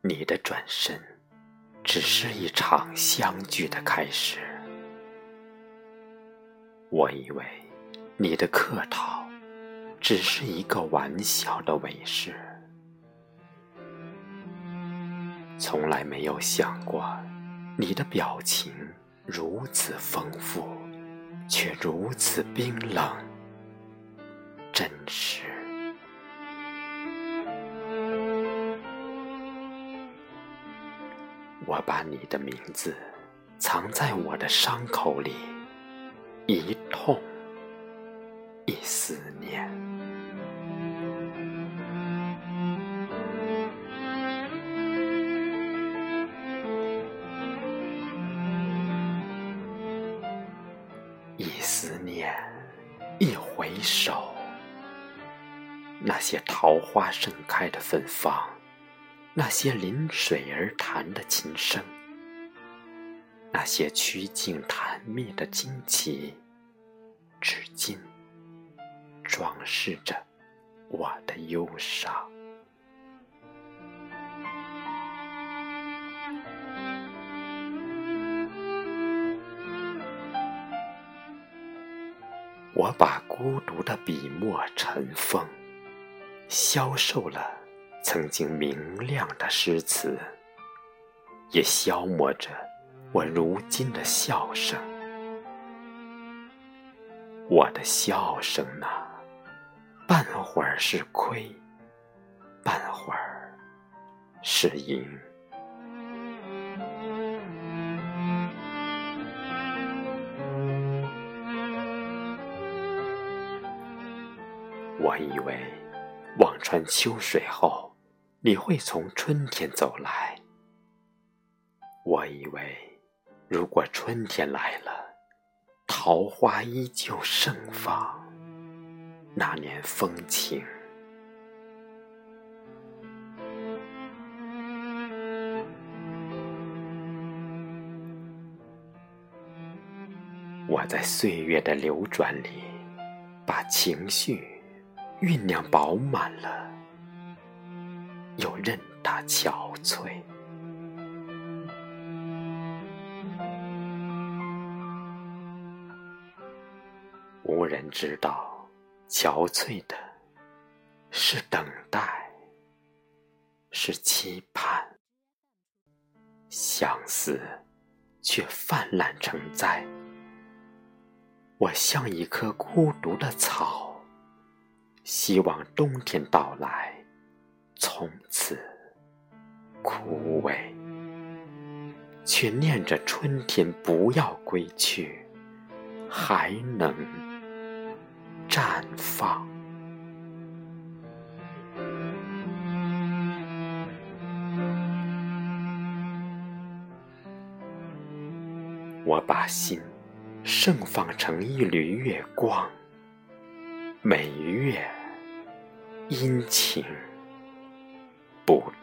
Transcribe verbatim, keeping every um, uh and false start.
你的转身只是一场相聚的开始。我以为你的客套只是一个玩笑的尾饰，从来没有想过你的表情如此丰富，却如此冰冷真实。我把你的名字藏在我的伤口里，一痛一思念。一思念，一回首，那些桃花盛开的芬芳，那些临水而谈的琴声，那些曲径探秘的惊奇，至今装饰着我的忧伤。我把孤独的笔墨尘封，消瘦了曾经明亮的诗词，也消磨着我如今的笑声。我的笑声呢，半会儿是亏，半会儿是赢。我以为望穿秋水后，你会从春天走来。我以为如果春天来了，桃花依旧盛放，那年风情。我在岁月的流转里，把情绪酝酿饱满了，又任它憔悴。无人知道，憔悴的是等待，是期盼，相思却泛滥成灾。我像一棵孤独的草，希望冬天到来，从此枯萎，却念着春天不要归去，还能绽放。我把心盛放成一缕月光，每月阴晴不